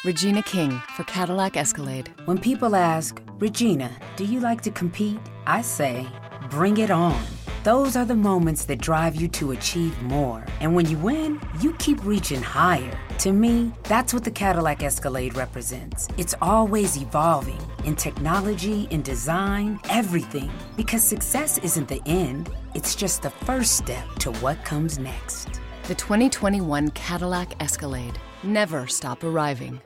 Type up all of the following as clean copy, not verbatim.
Regina King for Cadillac Escalade. When people ask, Regina, do you like to compete? I say, bring it on. Those are the moments that drive you to achieve more. And when you win, you keep reaching higher. To me, that's what the Cadillac Escalade represents. It's always evolving in technology, in design, everything. Because success isn't the end, it's just the first step to what comes next. The 2021 Cadillac Escalade. Never stop arriving.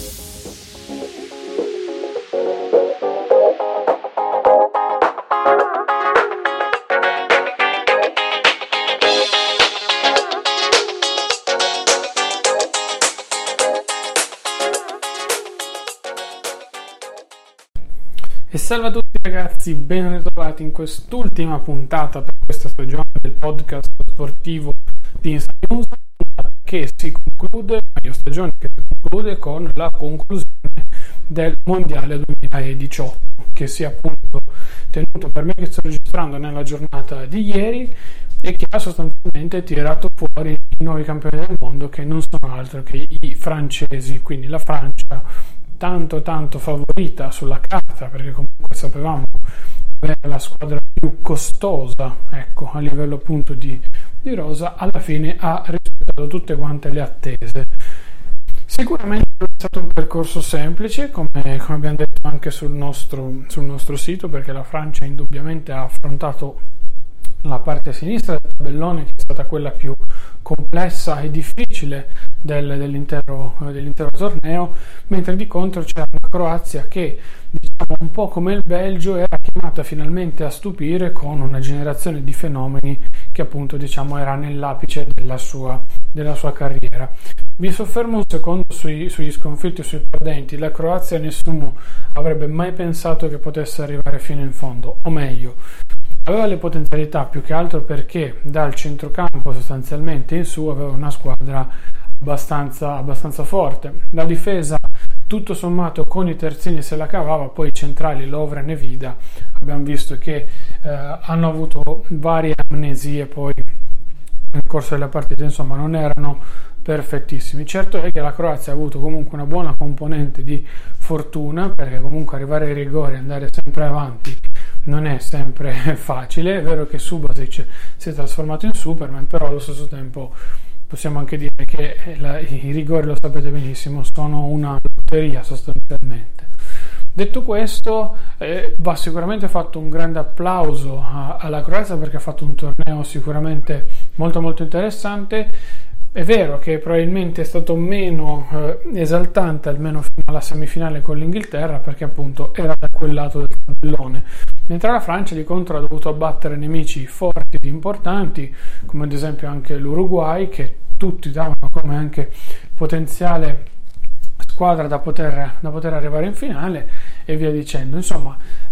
E salve a tutti ragazzi, ben ritrovati in quest'ultima puntata per questa stagione del podcast sportivo di Inside News, che si conclude, meglio stagione che si conclude con la conclusione del Mondiale 2018, che si è appunto tenuto, per me che sto registrando, nella giornata di ieri, e che ha sostanzialmente tirato fuori i nuovi campioni del mondo, che non sono altro che i francesi, quindi la Francia tanto favorita sulla carta, perché comunque sapevamo avere la squadra più costosa, ecco, a livello appunto di rosa, alla fine ha rispettato tutte quante le attese. Sicuramente non è stato un percorso semplice, come abbiamo detto anche sul nostro sito, perché la Francia indubbiamente ha affrontato la parte sinistra del tabellone, che è stata quella più complessa e difficile dell'intero torneo, mentre di contro c'era una Croazia che, diciamo, un po' come il Belgio, era chiamata finalmente a stupire con una generazione di fenomeni che appunto, diciamo, era nell'apice della sua carriera. Mi soffermo un secondo sugli sconfitti e sui perdenti. La Croazia nessuno avrebbe mai pensato che potesse arrivare fino in fondo, o meglio, aveva le potenzialità, più che altro perché dal centrocampo sostanzialmente in su aveva una squadra abbastanza forte. La difesa tutto sommato con i terzini se la cavava, poi i centrali Lovren e Vida abbiamo visto che hanno avuto varie amnesie poi nel corso della partita, insomma non erano perfettissimi. Certo è che la Croazia ha avuto comunque una buona componente di fortuna, perché comunque arrivare ai rigori e andare sempre avanti non è sempre facile. È vero che Subasic si è trasformato in Superman, però allo stesso tempo possiamo anche dire che i rigori, lo sapete benissimo, sono una lotteria sostanzialmente. Detto questo, va sicuramente fatto un grande applauso alla Croazia, perché ha fatto un torneo sicuramente molto interessante. È vero che probabilmente è stato meno esaltante, almeno fino alla semifinale con l'Inghilterra, perché appunto era da quel lato del tabellone, mentre la Francia di contro ha dovuto abbattere nemici forti ed importanti, come ad esempio anche l'Uruguay, che tutti davano come anche potenziale squadra da poter arrivare in finale, e via dicendo. Insomma,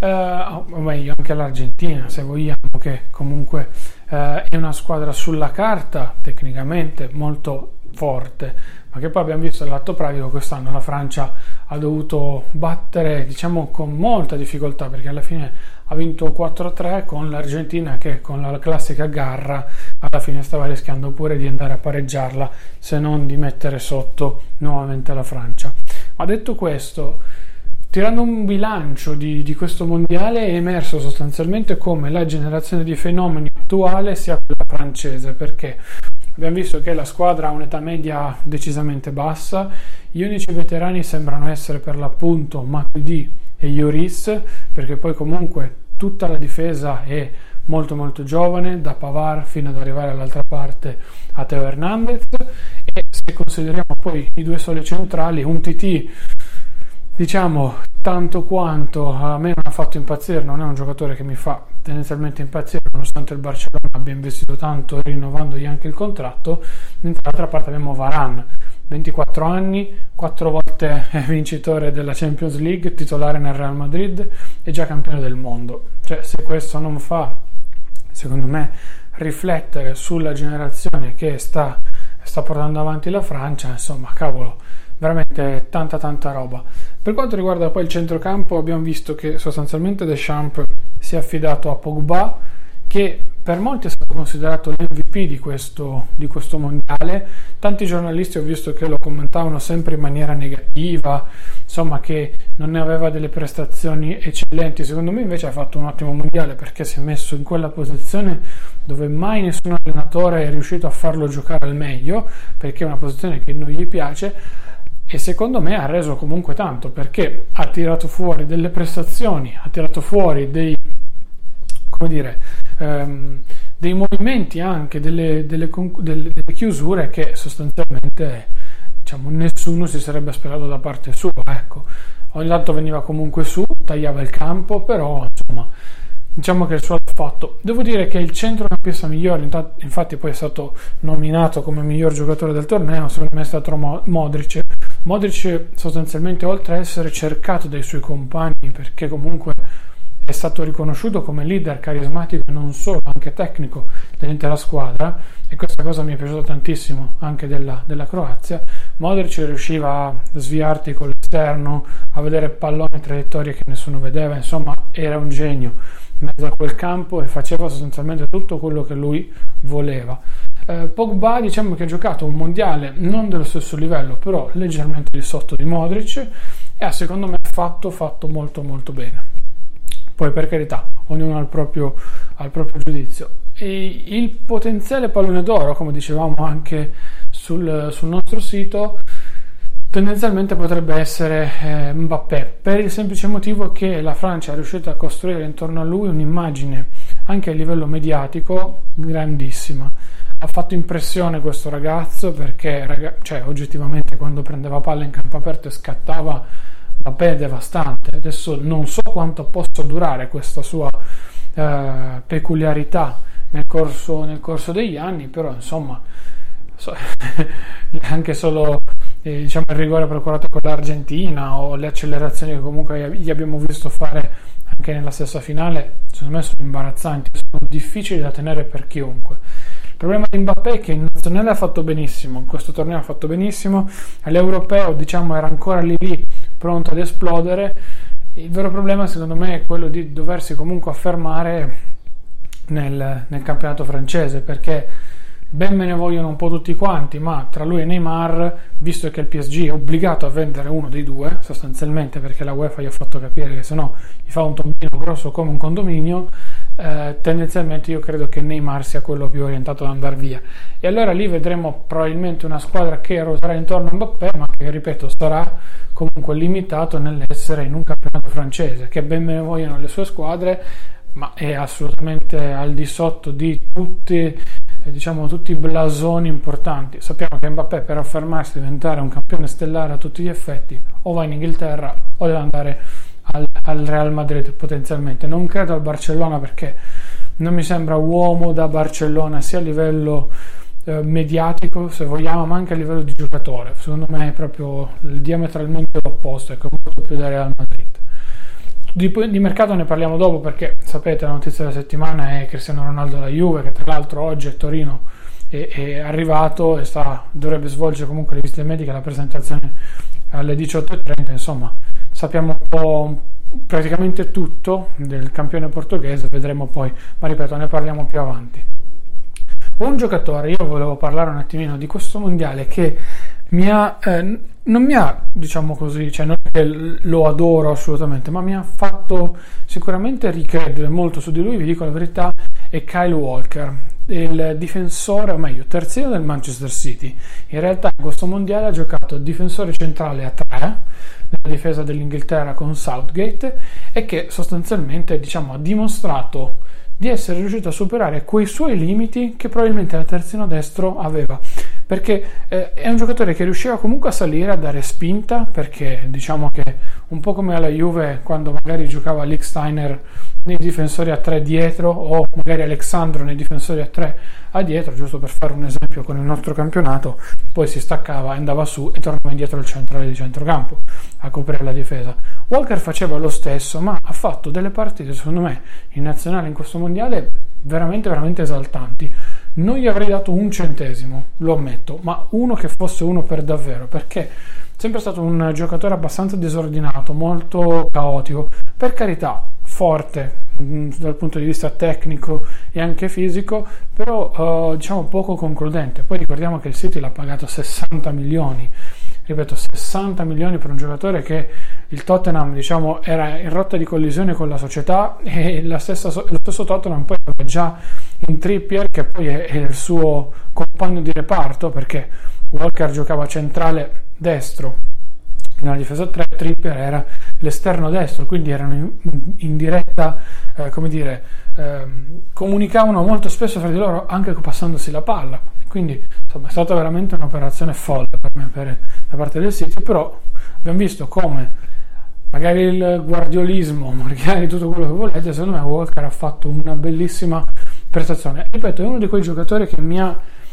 o meglio anche l'Argentina, se vogliamo, che comunque è una squadra sulla carta tecnicamente molto forte, ma che poi abbiamo visto all'atto pratico quest'anno la Francia ha dovuto battere, diciamo, con molta difficoltà, perché alla fine ha vinto 4-3 con l'Argentina, che con la classica garra alla fine stava rischiando pure di andare a pareggiarla, se non di mettere sotto nuovamente la Francia. Ma detto questo, tirando un bilancio di questo mondiale, è emerso sostanzialmente come la generazione di fenomeni attuale sia quella francese, perché abbiamo visto che la squadra ha un'età media decisamente bassa, gli unici veterani sembrano essere per l'appunto Matuidi e Lloris, perché poi comunque tutta la difesa è molto giovane, da Pavard fino ad arrivare all'altra parte a Theo Hernandez, e se consideriamo poi i due soli centrali, un TT, diciamo, tanto quanto a me non ha fatto impazzire, non è un giocatore che mi fa tendenzialmente impazzire, nonostante il Barcellona abbia investito tanto rinnovandogli anche il contratto, mentre dall'altra parte abbiamo Varane, 24 anni, 4 volte vincitore della Champions League, titolare nel Real Madrid e già campione del mondo. Cioè, se questo non fa, secondo me, riflettere sulla generazione che sta portando avanti la Francia, insomma, cavolo, veramente tanta roba. Per quanto riguarda poi il centrocampo, abbiamo visto che sostanzialmente Deschamps si è affidato a Pogba, che per molti è stato considerato l'MVP di questo mondiale. Tanti giornalisti ho visto che lo commentavano sempre in maniera negativa, insomma che non ne aveva delle prestazioni eccellenti. Secondo me invece ha fatto un ottimo mondiale, perché si è messo in quella posizione dove mai nessun allenatore è riuscito a farlo giocare al meglio, perché è una posizione che non gli piace, e secondo me ha reso comunque tanto, perché ha tirato fuori delle prestazioni, ha tirato fuori dei movimenti, anche delle chiusure che sostanzialmente, diciamo, nessuno si sarebbe sperato da parte sua, ecco. Ogni tanto veniva comunque su, tagliava il campo, però insomma diciamo che il suo l'ha fatto. Devo dire che il centrocampista migliore, infatti poi è stato nominato come miglior giocatore del torneo, secondo me è stato Modric. Modric sostanzialmente, oltre a essere cercato dai suoi compagni, perché comunque è stato riconosciuto come leader carismatico e non solo, anche tecnico dell'intera squadra, e questa cosa mi è piaciuta tantissimo anche della Croazia. Modric riusciva a sviarti con l'esterno, a vedere palloni, traiettorie che nessuno vedeva, insomma era un genio in mezzo a quel campo e faceva sostanzialmente tutto quello che lui voleva. Pogba, diciamo che ha giocato un mondiale non dello stesso livello, però leggermente di sotto di Modric, e ha secondo me fatto molto molto bene. Poi, per carità, ognuno ha il proprio giudizio. E il potenziale pallone d'oro, come dicevamo anche sul nostro sito, tendenzialmente potrebbe essere Mbappé, per il semplice motivo che la Francia è riuscita a costruire intorno a lui un'immagine anche a livello mediatico grandissima. Ha fatto impressione questo ragazzo, perché oggettivamente quando prendeva palla in campo aperto e scattava, Mbappé è devastante. Adesso non so quanto possa durare questa sua peculiarità nel corso degli anni, però insomma anche solo diciamo il rigore procurato con l'Argentina o le accelerazioni che comunque gli abbiamo visto fare anche nella stessa finale, secondo me sono imbarazzanti, sono difficili da tenere per chiunque. Il problema di Mbappé è che in nazionale ha fatto benissimo, in questo torneo ha fatto benissimo, all'europeo diciamo era ancora lì pronto ad esplodere. Il vero problema secondo me è quello di doversi comunque affermare nel campionato francese, perché ben me ne vogliono un po' tutti quanti, ma tra lui e Neymar, visto che il PSG è obbligato a vendere uno dei due sostanzialmente, perché la UEFA gli ha fatto capire che sennò gli fa un tombino grosso come un condominio, tendenzialmente io credo che Neymar sia quello più orientato ad andare via, e allora lì vedremo probabilmente una squadra che ruoterà intorno a Mbappé, ma che, ripeto, sarà comunque limitato nell'essere in un campionato francese, che ben me ne vogliono le sue squadre, ma è assolutamente al di sotto di tutti i blasoni importanti. Sappiamo che Mbappé, per affermarsi e diventare un campione stellare a tutti gli effetti, o va in Inghilterra o deve andare al Real Madrid potenzialmente. Non credo al Barcellona, perché non mi sembra uomo da Barcellona sia a livello mediatico, se vogliamo, ma anche a livello di giocatore. Secondo me è proprio diametralmente l'opposto, è molto più da Real Madrid. Di mercato ne parliamo dopo, perché sapete la notizia della settimana è Cristiano Ronaldo alla Juve, che tra l'altro oggi a Torino è arrivato e dovrebbe svolgere comunque le visite mediche, la presentazione alle 18:30. Insomma, sappiamo un po' praticamente tutto del campione portoghese, vedremo poi, ma ripeto, ne parliamo più avanti. Un giocatore, io volevo parlare un attimino di questo mondiale che non mi ha, diciamo così, cioè non è che lo adoro assolutamente, ma mi ha fatto sicuramente ricredere molto su di lui, vi dico la verità, è Kyle Walker, il difensore, o meglio terzino del Manchester City. In realtà in questo mondiale ha giocato difensore centrale a 3 nella difesa dell'Inghilterra con Southgate, e che sostanzialmente, diciamo, ha dimostrato di essere riuscito a superare quei suoi limiti che probabilmente il terzino destro aveva, perché è un giocatore che riusciva comunque a salire, a dare spinta, perché diciamo che un po' come alla Juve, quando magari giocava Lichtsteiner nei difensori a 3 dietro, o magari Alexandro nei difensori a 3 a dietro, giusto per fare un esempio con il nostro campionato, poi si staccava, andava su e tornava indietro il centrale di centrocampo a coprire la difesa. Walker faceva lo stesso, ma ha fatto delle partite, secondo me, in nazionale in questo mondiale veramente veramente esaltanti. Non gli avrei dato un centesimo, lo ammetto, ma uno che fosse uno per davvero, perché è sempre stato un giocatore abbastanza disordinato, molto caotico, per carità, forte, dal punto di vista tecnico e anche fisico, però diciamo poco concludente. Poi ricordiamo che il City l'ha pagato 60 milioni, ripeto 60 milioni per un giocatore che il Tottenham diciamo era in rotta di collisione con la società, e lo stesso Tottenham poi aveva già in Trippier, che poi è il suo compagno di reparto, perché Walker giocava centrale destro nella difesa 3, Trippier era l'esterno destro, quindi erano in diretta, comunicavano molto spesso fra di loro anche passandosi la palla, quindi insomma è stata veramente un'operazione folle per me da parte del City. Però abbiamo visto come magari il guardiolismo, magari tutto quello che volete, secondo me Walker ha fatto una bellissima prestazione. Ripeto, è uno di quei giocatori che mi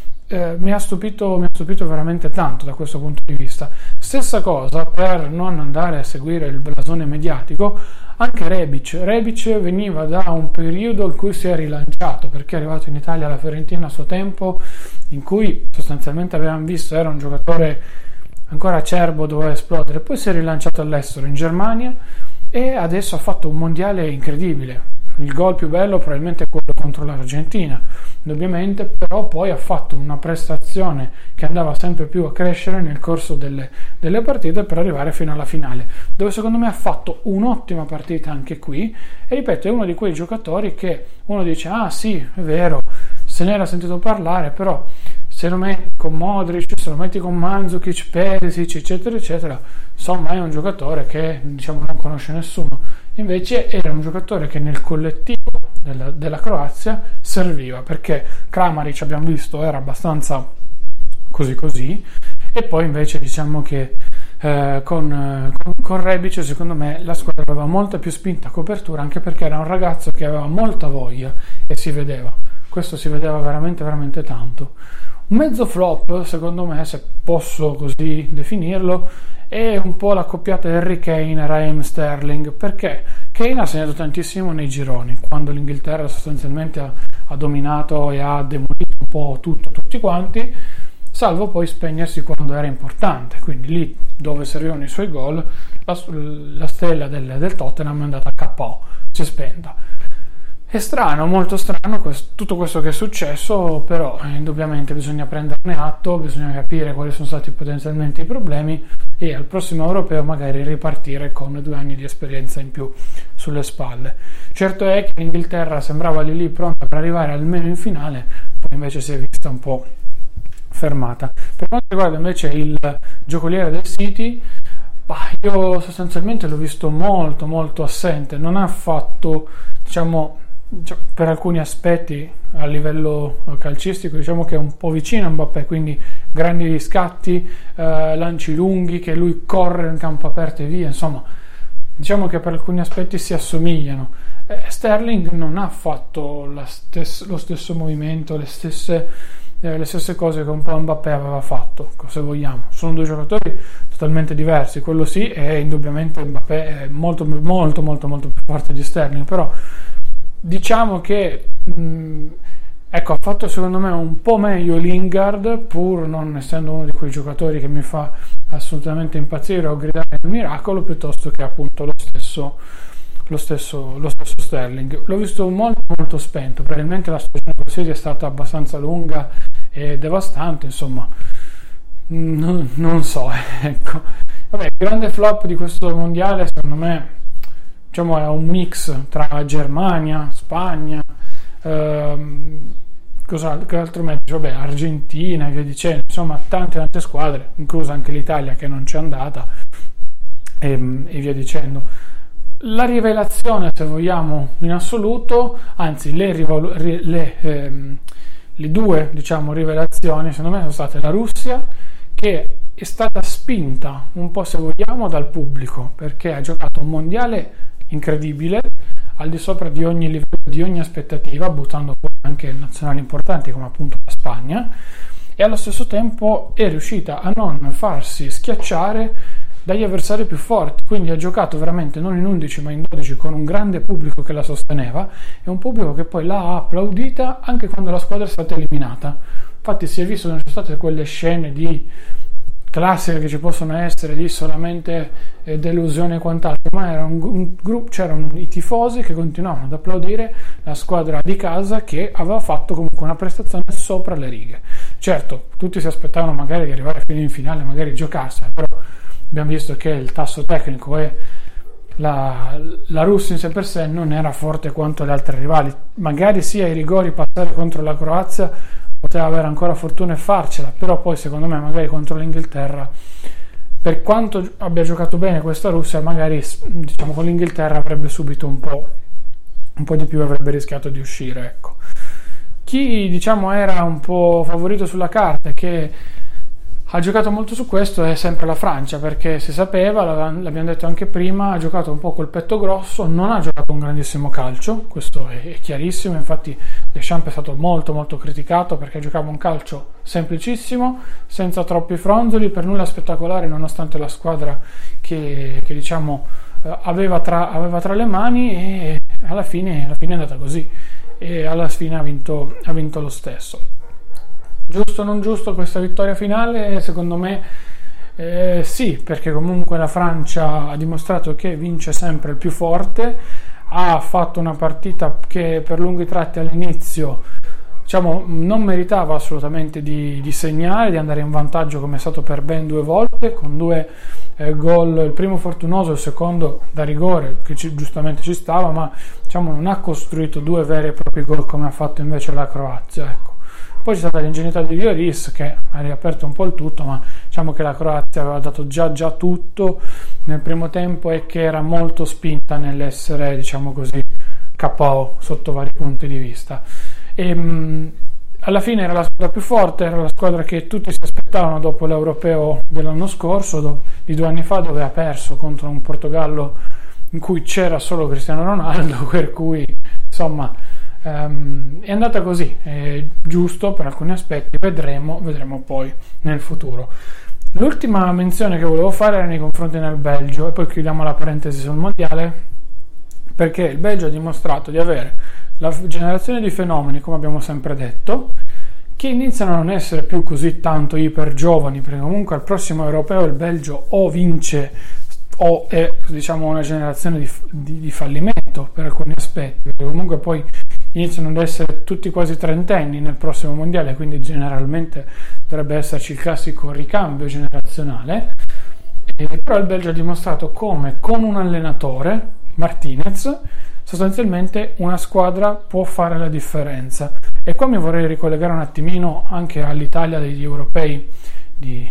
ha stupito veramente tanto da questo punto di vista. Stessa cosa per non andare a seguire il blasone mediatico, anche Rebic veniva da un periodo in cui si è rilanciato, perché è arrivato in Italia alla Fiorentina a suo tempo, in cui sostanzialmente avevamo visto era un giocatore ancora acerbo, doveva esplodere, poi si è rilanciato all'estero in Germania e adesso ha fatto un mondiale incredibile. Il gol più bello probabilmente è quello contro l'Argentina, indubbiamente, però poi ha fatto una prestazione che andava sempre più a crescere nel corso delle partite per arrivare fino alla finale, dove secondo me ha fatto un'ottima partita anche qui. E ripeto, è uno di quei giocatori che uno dice ah sì, è vero, se ne era sentito parlare, però se lo metti con Modric, se lo metti con Mandzukic, Perisic, eccetera eccetera, insomma è un giocatore che diciamo non conosce nessuno. Invece era un giocatore che nel collettivo della Croazia serviva, perché Kramaric, abbiamo visto, era abbastanza così, e poi invece diciamo che con Rebic secondo me la squadra aveva molta più spinta a copertura, anche perché era un ragazzo che aveva molta voglia e si vedeva, questo si vedeva veramente veramente tanto. Un mezzo flop secondo me, se posso così definirlo, è un po' la coppiata Harry Kane Raheem Sterling, perché Kane ha segnato tantissimo nei gironi, quando l'Inghilterra sostanzialmente ha dominato e ha demolito un po' tutti quanti, salvo poi spegnersi quando era importante, quindi lì dove servivano i suoi gol la stella del Tottenham è andata a KO, si è spenta. È strano, molto strano tutto questo che è successo, però indubbiamente bisogna prenderne atto, bisogna capire quali sono stati potenzialmente i problemi e al prossimo europeo magari ripartire con 2 anni di esperienza in più sulle spalle. Certo è che l'Inghilterra sembrava lì pronta per arrivare almeno in finale, poi invece si è vista un po' fermata. Per quanto riguarda invece il giocoliere del City, io sostanzialmente l'ho visto molto molto assente, non ha fatto, diciamo, per alcuni aspetti a livello calcistico diciamo che è un po' vicino a Mbappé, quindi grandi scatti, lanci lunghi, che lui corre in campo aperto e via, insomma diciamo che per alcuni aspetti si assomigliano. Sterling non ha fatto lo stesso movimento, le stesse cose che un po' Mbappé aveva fatto, se vogliamo. Sono 2 giocatori totalmente diversi, quello sì, e indubbiamente Mbappé è molto molto molto molto più forte di Sterling, però diciamo che ha fatto secondo me un po' meglio Lingard, pur non essendo uno di quei giocatori che mi fa assolutamente impazzire o gridare il miracolo, piuttosto che appunto lo stesso Sterling. L'ho visto molto molto spento, probabilmente la stagione col City è stata abbastanza lunga e devastante, insomma non so, ecco. Vabbè, il grande flop di questo mondiale secondo me, diciamo, è un mix tra Germania, Spagna, che altro metto? Vabbè, Argentina e via dicendo, insomma tante squadre, inclusa anche l'Italia che non c'è andata e via dicendo. La rivelazione, se vogliamo, in assoluto, anzi le 2 diciamo rivelazioni secondo me sono state la Russia, che è stata spinta un po', se vogliamo, dal pubblico, perché ha giocato un mondiale incredibile, al di sopra di ogni livello, di ogni aspettativa, buttando fuori anche nazionali importanti come appunto la Spagna, e allo stesso tempo è riuscita a non farsi schiacciare dagli avversari più forti, quindi ha giocato veramente non in 11 ma in 12 con un grande pubblico che la sosteneva, e un pubblico che poi l'ha applaudita anche quando la squadra è stata eliminata. Infatti si è visto che ci sono state quelle scene di classiche che ci possono essere di solamente delusione e quant'altro, ma era un gruppo, c'erano i tifosi che continuavano ad applaudire la squadra di casa che aveva fatto comunque una prestazione sopra le righe. Certo, tutti si aspettavano magari di arrivare fino in finale, magari giocarsela, però abbiamo visto che il tasso tecnico e la Russia in sé per sé non era forte quanto le altre rivali. Magari sia ai rigori passare contro la Croazia poteva avere ancora fortuna e farcela, però poi secondo me magari contro l'Inghilterra, per quanto abbia giocato bene questa Russia, magari diciamo con l'Inghilterra avrebbe subito un po' di più, avrebbe rischiato di uscire, ecco. Chi diciamo era un po' favorito sulla carta e che ha giocato molto su questo è sempre la Francia, perché si sapeva, l'abbiamo detto anche prima, ha giocato un po' col petto grosso, non ha giocato un grandissimo calcio, questo è chiarissimo. Infatti Deschamps è stato molto molto criticato perché giocava un calcio semplicissimo, senza troppi fronzoli, per nulla spettacolare, nonostante la squadra che diciamo aveva tra le mani, e alla fine è andata così, e alla fine ha vinto lo stesso. Giusto o non giusto questa vittoria finale? Secondo me sì, perché comunque la Francia ha dimostrato che vince sempre il più forte, ha fatto una partita che per lunghi tratti all'inizio diciamo non meritava assolutamente di segnare, di andare in vantaggio, come è stato per ben 2 volte, con 2 gol, il primo fortunoso, il secondo da rigore che giustamente ci stava, ma diciamo non ha costruito 2 veri e propri gol come ha fatto invece la Croazia, ecco. Poi c'è stata l'ingenuità di Lloris che ha riaperto un po' il tutto, ma diciamo che la Croazia aveva dato già tutto nel primo tempo e che era molto spinta nell'essere, diciamo così, KO sotto vari punti di vista. E alla fine era la squadra più forte, era la squadra che tutti si aspettavano dopo l'Europeo dell'anno scorso, di 2 anni fa, dove ha perso contro un Portogallo in cui c'era solo Cristiano Ronaldo, per cui insomma è andata così, è giusto per alcuni aspetti, vedremo poi nel futuro. L'ultima menzione che volevo fare era nei confronti del Belgio, e poi chiudiamo la parentesi sul mondiale, perché il Belgio ha dimostrato di avere la generazione di fenomeni, come abbiamo sempre detto, che iniziano a non essere più così tanto iper giovani, perché comunque al prossimo europeo il Belgio o vince o è diciamo una generazione di fallimento per alcuni aspetti, perché comunque poi iniziano ad essere tutti quasi trentenni nel prossimo mondiale, quindi generalmente dovrebbe esserci il classico ricambio generazionale. Però il Belgio ha dimostrato come con un allenatore, Martinez, sostanzialmente una squadra può fare la differenza. E qua mi vorrei ricollegare un attimino anche all'Italia degli europei di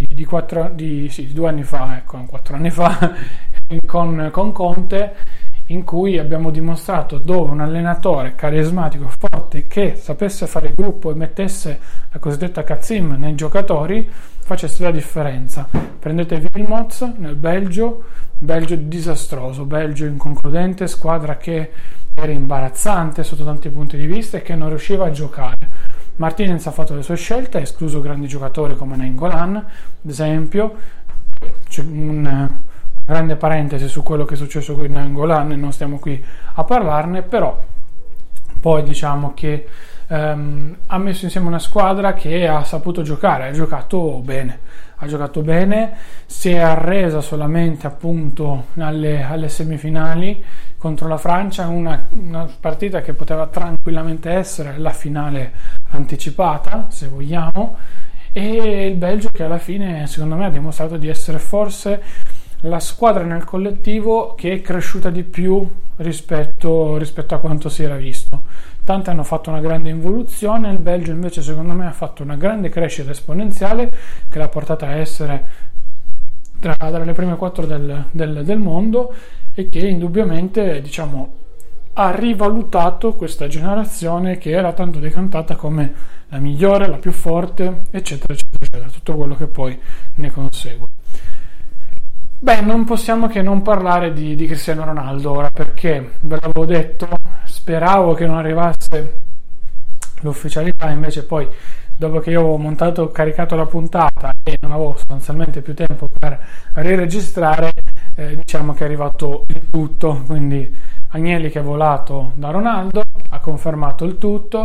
2 anni fa, ecco, 4 anni fa, con Conte, in cui abbiamo dimostrato dove un allenatore carismatico, forte, che sapesse fare gruppo e mettesse la cosiddetta Kazim nei giocatori, facesse la differenza. Prendete Wilmots nel Belgio disastroso, Belgio inconcludente, squadra che era imbarazzante sotto tanti punti di vista e che non riusciva a giocare. Martinez ha fatto le sue scelte, ha escluso grandi giocatori come Nainggolan, ad esempio. C'è una grande parentesi su quello che è successo con Nainggolan e non stiamo qui a parlarne, però poi diciamo che ha messo insieme una squadra che ha saputo giocare, ha giocato bene, si è arresa solamente appunto alle semifinali contro la Francia, una partita che poteva tranquillamente essere la finale anticipata, se vogliamo, e il Belgio che alla fine secondo me ha dimostrato di essere forse la squadra nel collettivo che è cresciuta di più rispetto a quanto si era visto. Tanti hanno fatto una grande involuzione, il Belgio invece secondo me ha fatto una grande crescita esponenziale che l'ha portata a essere tra le prime 4 del mondo, e che indubbiamente diciamo ha rivalutato questa generazione che era tanto decantata come la migliore, la più forte, eccetera eccetera eccetera, tutto quello che poi ne consegue. Beh, non possiamo che non parlare di Cristiano Ronaldo ora, perché ve l'avevo detto, speravo che non arrivasse l'ufficialità, invece poi dopo che io avevo caricato la puntata e non avevo sostanzialmente più tempo per riregistrare, diciamo che è arrivato il tutto, quindi Agnelli che è volato da Ronaldo ha confermato il tutto,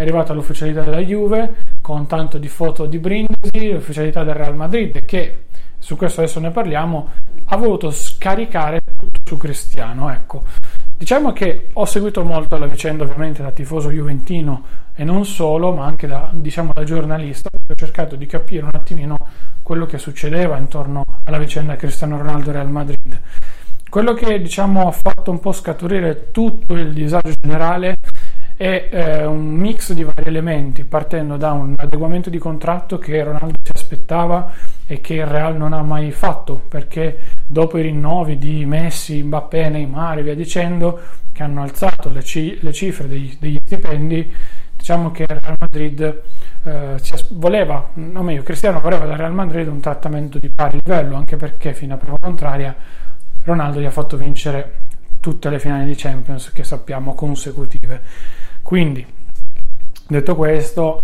è arrivata l'ufficialità della Juve con tanto di foto di brindisi, l'ufficialità del Real Madrid che, su questo adesso ne parliamo, ha voluto scaricare tutto su Cristiano. Ecco, diciamo che ho seguito molto la vicenda ovviamente da tifoso juventino e non solo, ma anche da giornalista. Ho cercato di capire un attimino quello che succedeva intorno alla vicenda Cristiano Ronaldo e Real Madrid. Quello che ha fatto un po' scaturire tutto il disagio generale è un mix di vari elementi, partendo da un adeguamento di contratto che Ronaldo si aspettava e che il Real non ha mai fatto, perché dopo i rinnovi di Messi, Mbappé, Neymar e via dicendo, che hanno alzato le cifre degli stipendi, diciamo che il Real Madrid Cristiano voleva dal Real Madrid un trattamento di pari livello, anche perché fino a prova contraria Ronaldo gli ha fatto vincere tutte le finali di Champions che sappiamo consecutive. Quindi, detto questo,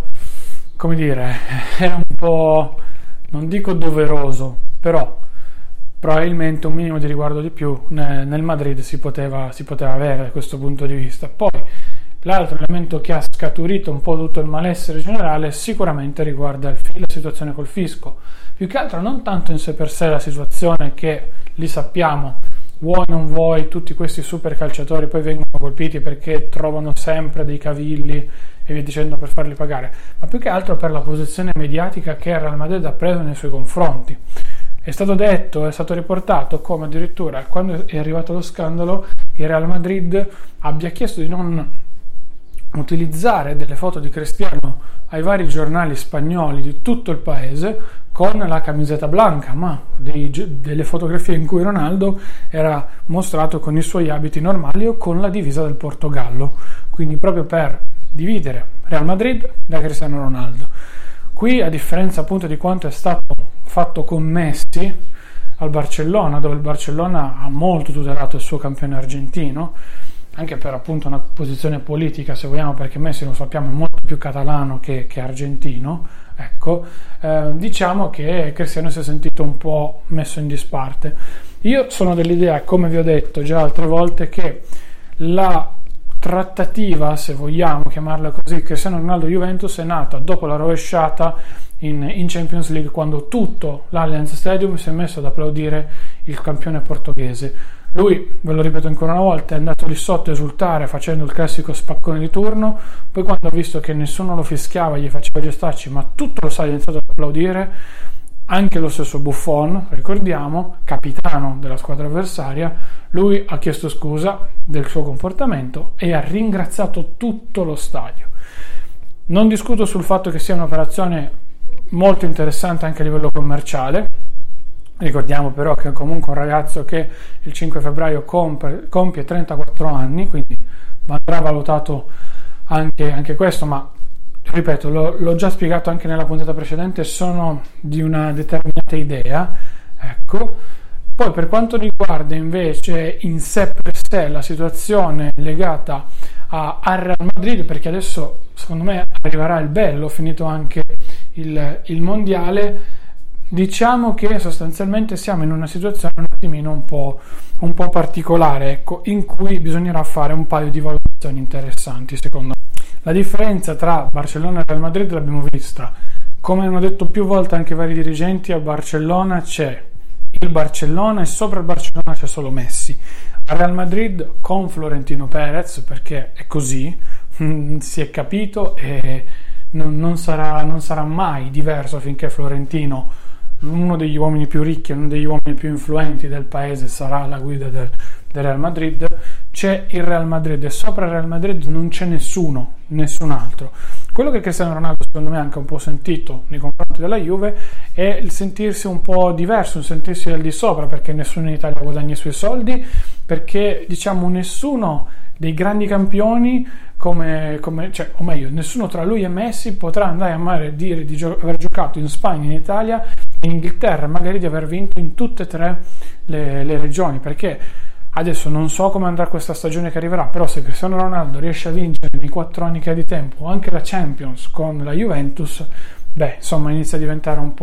era un po', non dico doveroso, però probabilmente un minimo di riguardo di più nel Madrid si poteva avere da questo punto di vista. Poi l'altro elemento che ha scaturito un po' tutto il malessere generale sicuramente riguarda la situazione col fisco, più che altro non tanto in sé per sé la situazione, che li sappiamo, vuoi non vuoi, tutti questi super calciatori poi vengono colpiti perché trovano sempre dei cavilli e via dicendo per farli pagare, ma più che altro per la posizione mediatica che il Real Madrid ha preso nei suoi confronti. È stato detto, è stato riportato come addirittura quando è arrivato lo scandalo il Real Madrid abbia chiesto di non utilizzare delle foto di Cristiano ai vari giornali spagnoli di tutto il paese con la camiseta bianca, ma delle fotografie in cui Ronaldo era mostrato con i suoi abiti normali o con la divisa del Portogallo, quindi proprio per dividere Real Madrid da Cristiano Ronaldo. Qui, a differenza appunto di quanto è stato fatto con Messi al Barcellona, dove il Barcellona ha molto tutelato il suo campione argentino, anche per appunto una posizione politica, se vogliamo, perché Messi, lo sappiamo, è molto più catalano che argentino, ecco, diciamo che Cristiano si è sentito un po' messo in disparte. Io sono dell'idea, come vi ho detto già altre volte, che la trattativa, se vogliamo chiamarla così, Cristiano Ronaldo-Juventus è nata dopo la rovesciata in Champions League, quando tutto l'Allianz Stadium si è messo ad applaudire il campione portoghese. Lui, ve lo ripeto ancora una volta, è andato lì sotto a esultare facendo il classico spaccone di turno, poi quando ha visto che nessuno lo fischiava, gli faceva gestacci, ma tutto lo stadio ha iniziato ad applaudire, anche lo stesso Buffon, ricordiamo, capitano della squadra avversaria, lui ha chiesto scusa del suo comportamento e ha ringraziato tutto lo stadio. Non discuto sul fatto che sia un'operazione molto interessante anche a livello commerciale. Ricordiamo però che è comunque un ragazzo che il 5 febbraio compie 34 anni, quindi andrà valutato anche questo, ma ripeto, l'ho già spiegato anche nella puntata precedente, sono di una determinata idea, ecco. Poi per quanto riguarda invece in sé per sé la situazione legata al Real Madrid, perché adesso secondo me arriverà il bello, finito anche il mondiale, diciamo che sostanzialmente siamo in una situazione un attimino un po' particolare, ecco, in cui bisognerà fare un paio di valutazioni interessanti secondo me. La differenza tra Barcellona e Real Madrid l'abbiamo vista, come hanno detto più volte anche vari dirigenti, a Barcellona c'è il Barcellona e sopra il Barcellona c'è solo Messi. A Real Madrid con Florentino Perez, perché è così, si è capito, e non sarà mai diverso finché Florentino, uno degli uomini più ricchi, uno degli uomini più influenti del paese, sarà alla guida del Real Madrid. C'è il Real Madrid e sopra il Real Madrid non c'è nessun altro. Quello che Cristiano Ronaldo secondo me ha anche un po' sentito nei confronti della Juve è il sentirsi un po' diverso, il sentirsi al di sopra, perché nessuno in Italia guadagna i suoi soldi, perché diciamo nessuno dei grandi campioni o meglio, nessuno tra lui e Messi potrà andare a dire di aver giocato in Spagna, in Italia e in Inghilterra, magari di aver vinto in tutte e tre le regioni, perché adesso non so come andrà questa stagione che arriverà, però se Cristiano Ronaldo riesce a vincere nei 4 anni che ha di tempo anche la Champions con la Juventus, insomma inizia a diventare un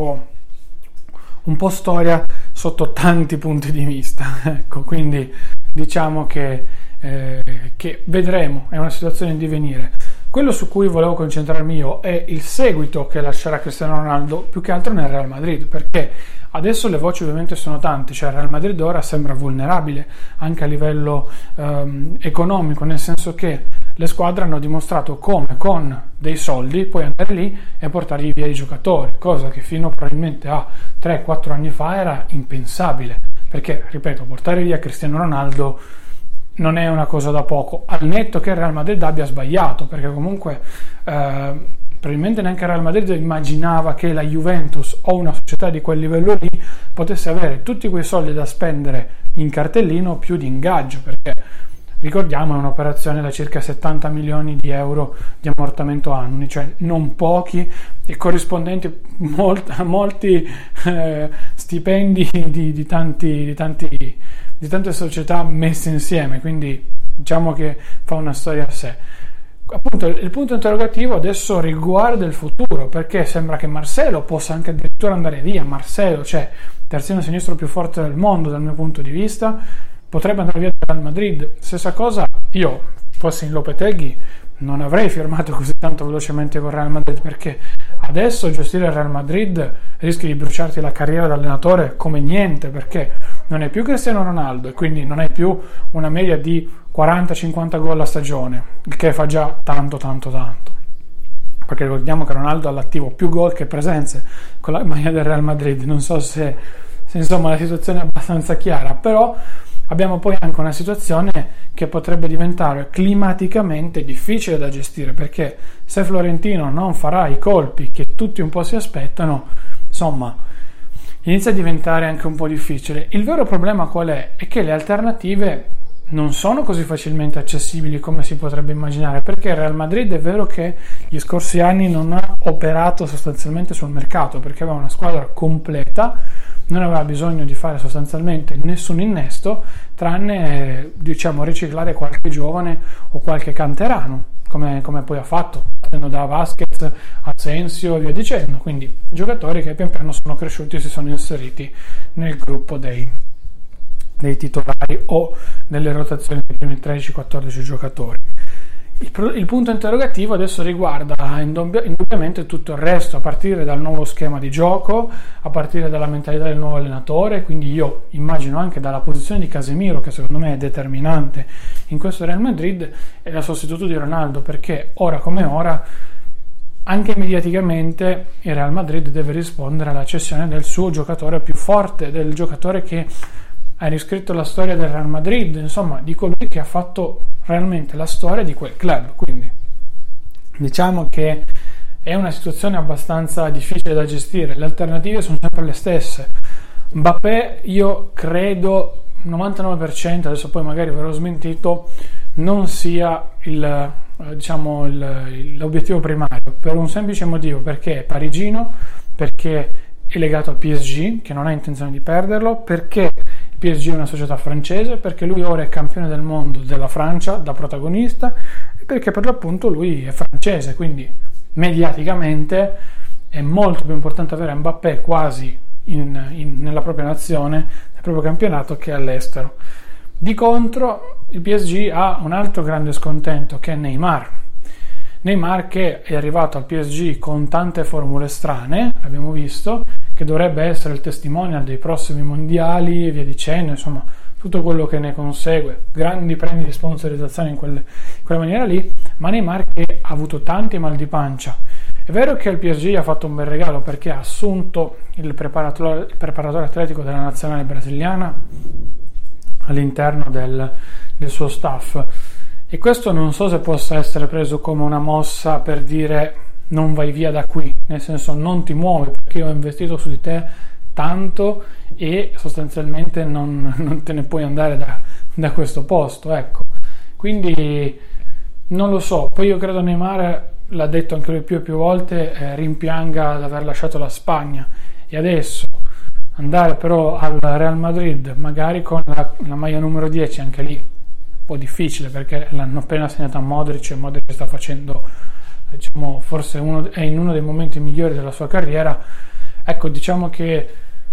po' storia sotto tanti punti di vista, ecco, quindi diciamo che vedremo, è una situazione in divenire. Quello su cui volevo concentrarmi io è il seguito che lascerà Cristiano Ronaldo, più che altro nel Real Madrid, perché adesso le voci ovviamente sono tante, cioè il Real Madrid ora sembra vulnerabile anche a livello economico, nel senso che le squadre hanno dimostrato come con dei soldi puoi andare lì e portargli via i giocatori, cosa che fino probabilmente a 3-4 anni fa era impensabile, perché, ripeto, portare via Cristiano Ronaldo non è una cosa da poco, al netto che il Real Madrid abbia sbagliato, perché comunque probabilmente neanche il Real Madrid immaginava che la Juventus o una società di quel livello lì potesse avere tutti quei soldi da spendere in cartellino più di ingaggio, perché ricordiamo è un'operazione da circa 70 milioni di euro di ammortamento annui, cioè non pochi, e corrispondenti a molti stipendi di tante società messe insieme, quindi diciamo che fa una storia a sé. Appunto il punto interrogativo adesso riguarda il futuro, perché sembra che Marcelo possa anche addirittura andare via. Marcelo, cioè terzino sinistro più forte del mondo dal mio punto di vista, potrebbe andare via dal Madrid. Stessa cosa, io fossi in Lopetegui non avrei firmato così tanto velocemente con Real Madrid, perché adesso gestire il Real Madrid rischi di bruciarti la carriera da allenatore come niente, perché non è più Cristiano Ronaldo e quindi non hai più una media di 40-50 gol a stagione, il che fa già tanto, perché ricordiamo che Ronaldo ha all'attivo più gol che presenze con la maglia del Real Madrid. Non so se insomma la situazione è abbastanza chiara, però abbiamo poi anche una situazione che potrebbe diventare climaticamente difficile da gestire, perché se Florentino non farà i colpi che tutti un po' si aspettano, insomma inizia a diventare anche un po' difficile. Il vero problema qual è? È che le alternative non sono così facilmente accessibili come si potrebbe immaginare, perché il Real Madrid è vero che gli scorsi anni non ha operato sostanzialmente sul mercato, perché aveva una squadra completa, non aveva bisogno di fare sostanzialmente nessun innesto, tranne diciamo riciclare qualche giovane o qualche canterano, come poi ha fatto, partendo da Vasquez, Asensio e via dicendo, quindi giocatori che pian piano sono cresciuti e si sono inseriti nel gruppo dei titolari o nelle rotazioni dei primi 13-14 giocatori. Il punto interrogativo adesso riguarda indubbiamente tutto il resto, a partire dal nuovo schema di gioco, a partire dalla mentalità del nuovo allenatore, quindi io immagino anche dalla posizione di Casemiro, che secondo me è determinante in questo Real Madrid, e la sostituto di Ronaldo, perché ora come ora anche mediaticamente il Real Madrid deve rispondere alla cessione del suo giocatore più forte, del giocatore che ha riscritto la storia del Real Madrid, insomma di colui che ha fatto realmente la storia di quel club. Quindi diciamo che è una situazione abbastanza difficile da gestire, le alternative sono sempre le stesse. Mbappé, io credo 99%, adesso poi magari verrò smentito, non sia l'obiettivo primario, per un semplice motivo, perché è parigino, perché è legato al PSG, che non ha intenzione di perderlo, perché il PSG è una società francese, perché lui ora è campione del mondo della Francia da protagonista, e perché per l'appunto lui è francese, quindi mediaticamente è molto più importante avere Mbappé quasi nella propria nazione, nel proprio campionato, che all'estero. Di contro il PSG ha un altro grande scontento, che è Neymar, che è arrivato al PSG con tante formule strane, abbiamo visto, che dovrebbe essere il testimonial dei prossimi mondiali e via dicendo, insomma tutto quello che ne consegue, grandi premi di sponsorizzazione in quella maniera lì, ma Neymar che ha avuto tanti mal di pancia. È vero che il PSG ha fatto un bel regalo, perché ha assunto il preparatore atletico della nazionale brasiliana all'interno del suo staff, e questo non so se possa essere preso come una mossa per dire non vai via da qui, nel senso non ti muovi perché io ho investito su di te tanto e sostanzialmente non te ne puoi andare da questo posto, ecco. Quindi non lo so. Poi io credo Neymar, l'ha detto anche lui più e più volte, rimpianga di aver lasciato la Spagna, e adesso andare però al Real Madrid magari con la maglia numero 10, anche lì un po' difficile, perché l'hanno appena assegnata a Modric, e Modric sta facendo, diciamo, forse è in uno dei momenti migliori della sua carriera. Ecco, diciamo che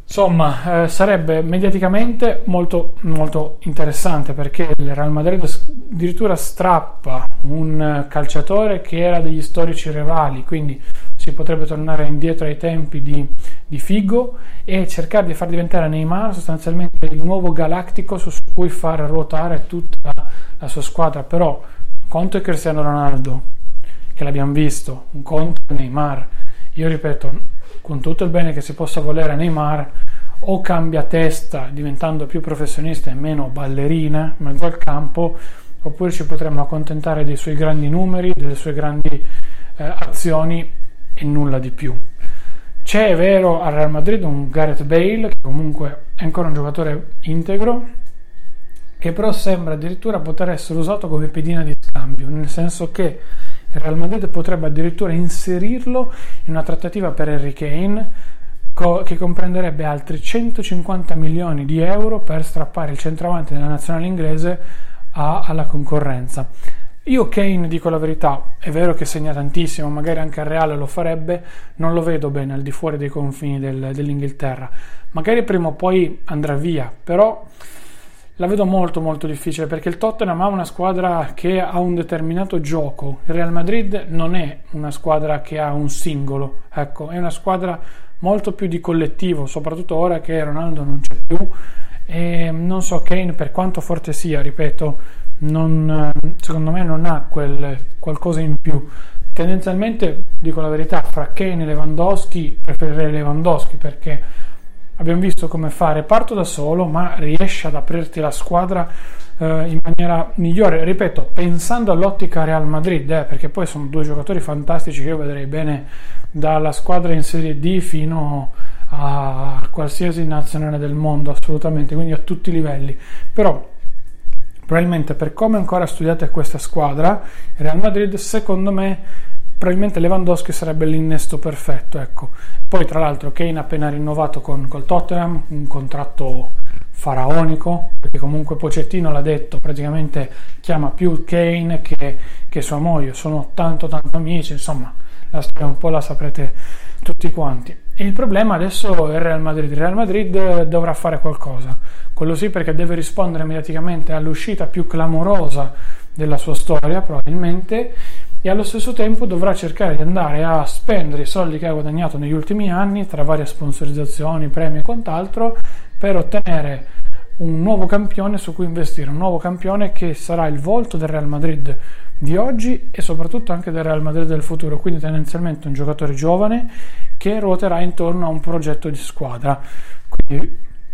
Insomma, sarebbe mediaticamente molto, molto interessante, perché il Real Madrid addirittura strappa un calciatore che era degli storici rivali, quindi si potrebbe tornare indietro ai tempi di Figo e cercare di far diventare Neymar sostanzialmente il nuovo galattico su cui far ruotare tutta la sua squadra. Però un conto è Cristiano Ronaldo, che l'abbiamo visto, un conto è Neymar. Io ripeto, con tutto il bene che si possa volere a Neymar, o cambia testa diventando più professionista e meno ballerina in mezzo al campo, oppure ci potremmo accontentare dei suoi grandi numeri, delle sue grandi azioni e nulla di più. C'è, è vero, al Real Madrid un Gareth Bale, che comunque è ancora un giocatore integro, che però sembra addirittura poter essere usato come pedina di scambio, nel senso che il Real Madrid potrebbe addirittura inserirlo in una trattativa per Harry Kane, che comprenderebbe altri 150 milioni di euro per strappare il centravanti della nazionale inglese alla concorrenza. Io Kane, dico la verità, è vero che segna tantissimo, magari anche al Reale lo farebbe, non lo vedo bene al di fuori dei confini dell'Inghilterra. Magari prima o poi andrà via, però la vedo molto molto difficile, perché il Tottenham ha una squadra che ha un determinato gioco, il Real Madrid non è una squadra che ha un singolo, ecco, è una squadra molto più di collettivo, soprattutto ora che Ronaldo non c'è più. E non so, Kane, per quanto forte sia, ripeto, secondo me non ha quel qualcosa in più. Tendenzialmente, dico la verità, fra Kane e Lewandowski preferirei Lewandowski, perché abbiamo visto come fare, parto da solo, ma riesce ad aprirti la squadra in maniera migliore, ripeto, pensando all'ottica Real Madrid, perché poi sono due giocatori fantastici che io vedrei bene dalla squadra in Serie D fino a qualsiasi nazionale del mondo, assolutamente, quindi a tutti i livelli. Però probabilmente, per come ancora studiate questa squadra, il Real Madrid, secondo me, probabilmente Lewandowski sarebbe l'innesto perfetto, ecco. Poi tra l'altro Kane ha appena rinnovato col Tottenham un contratto faraonico, perché comunque Pochettino l'ha detto, praticamente chiama più Kane che sua moglie, sono tanto amici, insomma la storia un po' la saprete tutti quanti. E il problema adesso è il Real Madrid dovrà fare qualcosa, quello sì, perché deve rispondere mediaticamente all'uscita più clamorosa della sua storia probabilmente, e allo stesso tempo dovrà cercare di andare a spendere i soldi che ha guadagnato negli ultimi anni tra varie sponsorizzazioni, premi e quant'altro, per ottenere un nuovo campione su cui investire, un nuovo campione che sarà il volto del Real Madrid di oggi e soprattutto anche del Real Madrid del futuro, quindi tendenzialmente un giocatore giovane che ruoterà intorno a un progetto di squadra. Quindi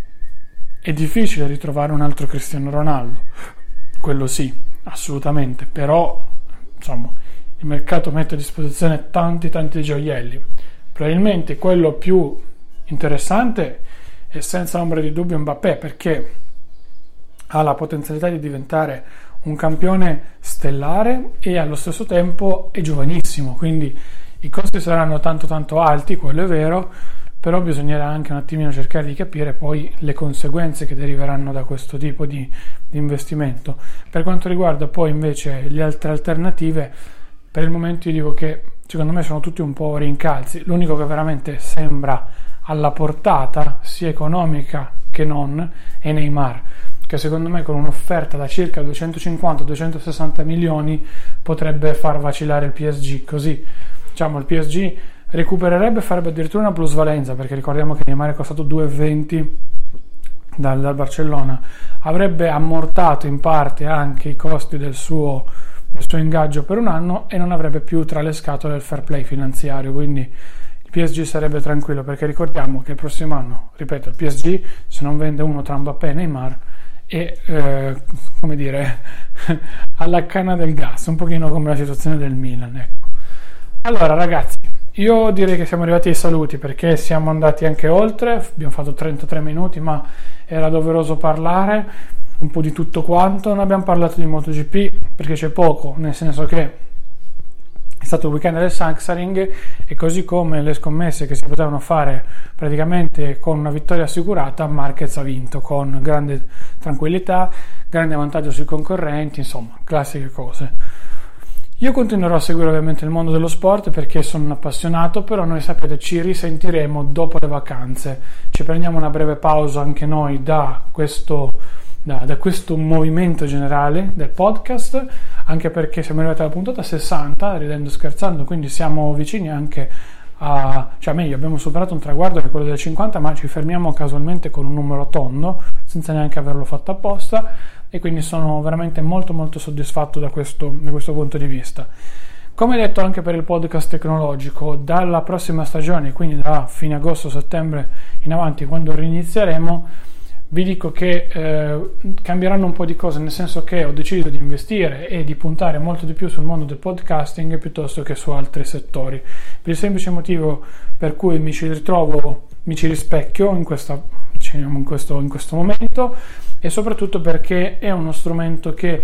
è difficile ritrovare un altro Cristiano Ronaldo, quello sì, assolutamente, però insomma il mercato mette a disposizione tanti gioielli. Probabilmente quello più interessante è senza ombra di dubbio Mbappé, perché ha la potenzialità di diventare un campione stellare e allo stesso tempo è giovanissimo, quindi i costi saranno tanto alti, quello è vero, però bisognerà anche un attimino cercare di capire poi le conseguenze che deriveranno da questo tipo di investimento. Per quanto riguarda poi invece le altre alternative, per il momento io dico che secondo me sono tutti un po' rincalzi. L'unico che veramente sembra alla portata sia economica che non è Neymar, che secondo me con un'offerta da circa 250-260 milioni potrebbe far vacillare il PSG, così diciamo il PSG recupererebbe, farebbe addirittura una plusvalenza, perché ricordiamo che Neymar è costato 2,20 dal Barcellona, avrebbe ammortato in parte anche i costi del suo ingaggio per un anno e non avrebbe più tra le scatole il fair play finanziario, quindi il PSG sarebbe tranquillo, perché ricordiamo che il prossimo anno, ripeto, il PSG se non vende uno tra Mbappé e Neymar è come dire alla canna del gas, un pochino come la situazione del Milan, ecco. Allora ragazzi, io direi che siamo arrivati ai saluti, perché siamo andati anche oltre, abbiamo fatto 33 minuti, ma era doveroso parlare un po' di tutto quanto. Non abbiamo parlato di MotoGP perché c'è poco, nel senso che è stato il weekend del Sachsenring e così come le scommesse che si potevano fare praticamente con una vittoria assicurata, Marquez ha vinto con grande tranquillità, grande vantaggio sui concorrenti, insomma classiche cose. Io continuerò a seguire ovviamente il mondo dello sport perché sono un appassionato, però noi sapete ci risentiremo dopo le vacanze, ci prendiamo una breve pausa anche noi da questo movimento generale del podcast, anche perché siamo arrivati alla puntata 60, ridendo scherzando, quindi siamo vicini anche abbiamo superato un traguardo che è quello delle 50, ma ci fermiamo casualmente con un numero tondo senza neanche averlo fatto apposta, e quindi sono veramente molto molto soddisfatto da questo punto di vista. Come detto anche per il podcast tecnologico, dalla prossima stagione, quindi da fine agosto-settembre in avanti, quando rinizieremo, vi dico che cambieranno un po' di cose, nel senso che ho deciso di investire e di puntare molto di più sul mondo del podcasting piuttosto che su altri settori, per il semplice motivo per cui mi ci rispecchio in questo momento, e soprattutto perché è uno strumento che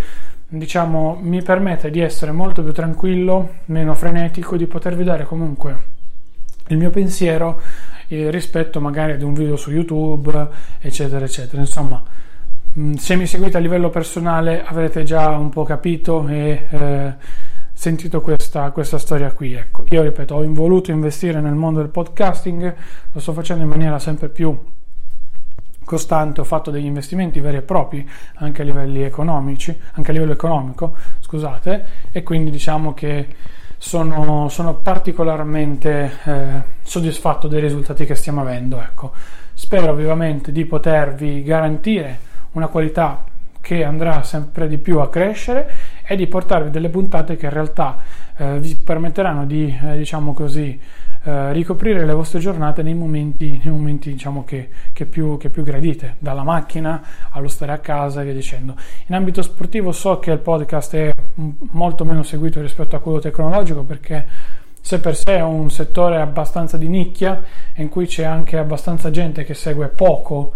mi permette di essere molto più tranquillo, meno frenetico, di potervi dare comunque il mio pensiero rispetto magari ad un video su YouTube, eccetera eccetera. Insomma, se mi seguite a livello personale avrete già un po' capito e sentito questa storia qui. Ecco, io ripeto, ho voluto investire nel mondo del podcasting, lo sto facendo in maniera sempre più costante, ho fatto degli investimenti veri e propri anche a livello economico, scusate, e quindi diciamo che sono particolarmente soddisfatto dei risultati che stiamo avendo. Ecco, spero vivamente di potervi garantire una qualità che andrà sempre di più a crescere e di portarvi delle puntate che in realtà vi permetteranno di ricoprire le vostre giornate nei momenti che più gradite, dalla macchina allo stare a casa e via dicendo. In ambito sportivo so che il podcast è molto meno seguito rispetto a quello tecnologico, perché sé per sé è un settore abbastanza di nicchia in cui c'è anche abbastanza gente che segue poco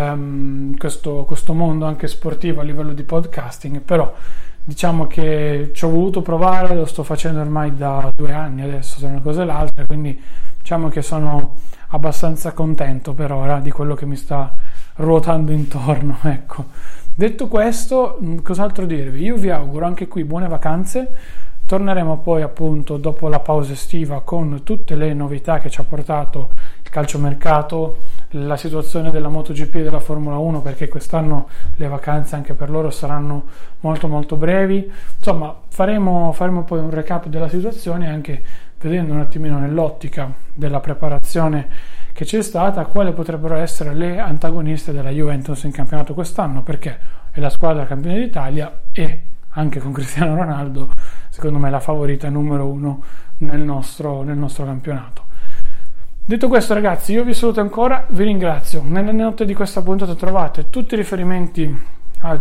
questo mondo anche sportivo a livello di podcasting, però diciamo che ci ho voluto provare, lo sto facendo ormai da 2 anni adesso, tra una cosa e l'altra, quindi diciamo che sono abbastanza contento per ora di quello che mi sta ruotando intorno. Ecco, detto questo, cos'altro dirvi? Io vi auguro anche qui buone vacanze. Torneremo poi appunto dopo la pausa estiva con tutte le novità che ci ha portato il calciomercato, la situazione della MotoGP e della Formula 1, perché quest'anno le vacanze anche per loro saranno molto molto brevi. Insomma, faremo poi un recap della situazione, anche vedendo un attimino nell'ottica della preparazione che c'è stata, quali potrebbero essere le antagoniste della Juventus in campionato quest'anno, perché è la squadra campione d'Italia e anche con Cristiano Ronaldo secondo me la favorita numero 1 nel nostro campionato. Detto questo, ragazzi, io vi saluto ancora, vi ringrazio. Nelle note di questa puntata trovate tutti i riferimenti a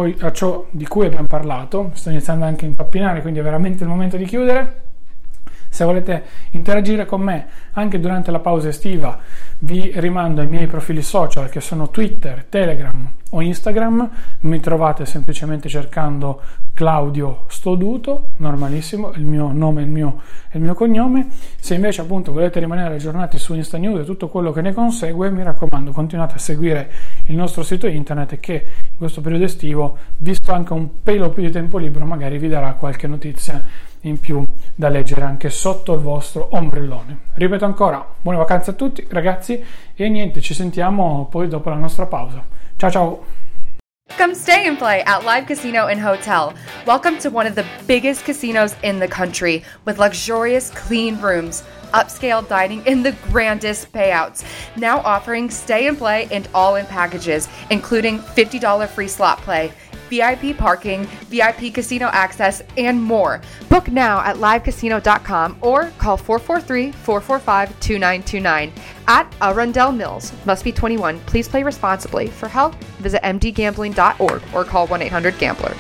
ciò di cui abbiamo parlato. Sto iniziando anche a impappinare, quindi è veramente il momento di chiudere. Se volete interagire con me anche durante la pausa estiva, vi rimando ai miei profili social, che sono Twitter, Telegram o Instagram. Mi trovate semplicemente cercando Claudio Stoduto, normalissimo, il mio nome e il mio cognome. Se invece appunto volete rimanere aggiornati su Insta News e tutto quello che ne consegue, mi raccomando, continuate a seguire il nostro sito internet, che in questo periodo estivo, visto anche un pelo più di tempo libero, magari vi darà qualche notizia in più da leggere anche sotto il vostro ombrellone. Ripeto ancora, buone vacanze a tutti ragazzi, e niente, ci sentiamo poi dopo la nostra pausa. Ciao ciao! Come stay and play at Live Casino and Hotel. Welcome to one of the biggest casinos in the country, with luxurious, clean rooms, upscale dining, and the grandest payouts. Now offering stay and play and all-in packages, including $50 free slot play, VIP parking, VIP casino access, and more. Book now at livecasino.com or call 443-445-2929. At Arundel Mills. Must be 21. Please play responsibly. For help, visit mdgambling.org or call 1-800-GAMBLER.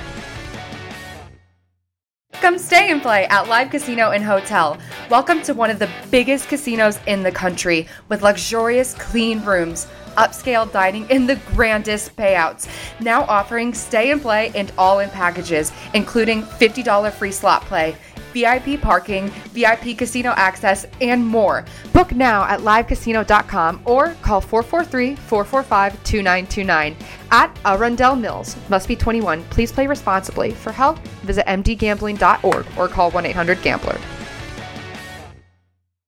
Come stay and play at Live Casino and Hotel. Welcome to one of the biggest casinos in the country, with luxurious, clean rooms, upscale dining, and the grandest payouts. Now offering stay and play and all-in packages, including $50 free slot play, VIP parking, VIP casino access, and more. Book now at livecasino.com or call 443-445-2929 at Arundel Mills. Must be 21. Please play responsibly. For help, visit mdgambling.org or call 1-800-GAMBLER.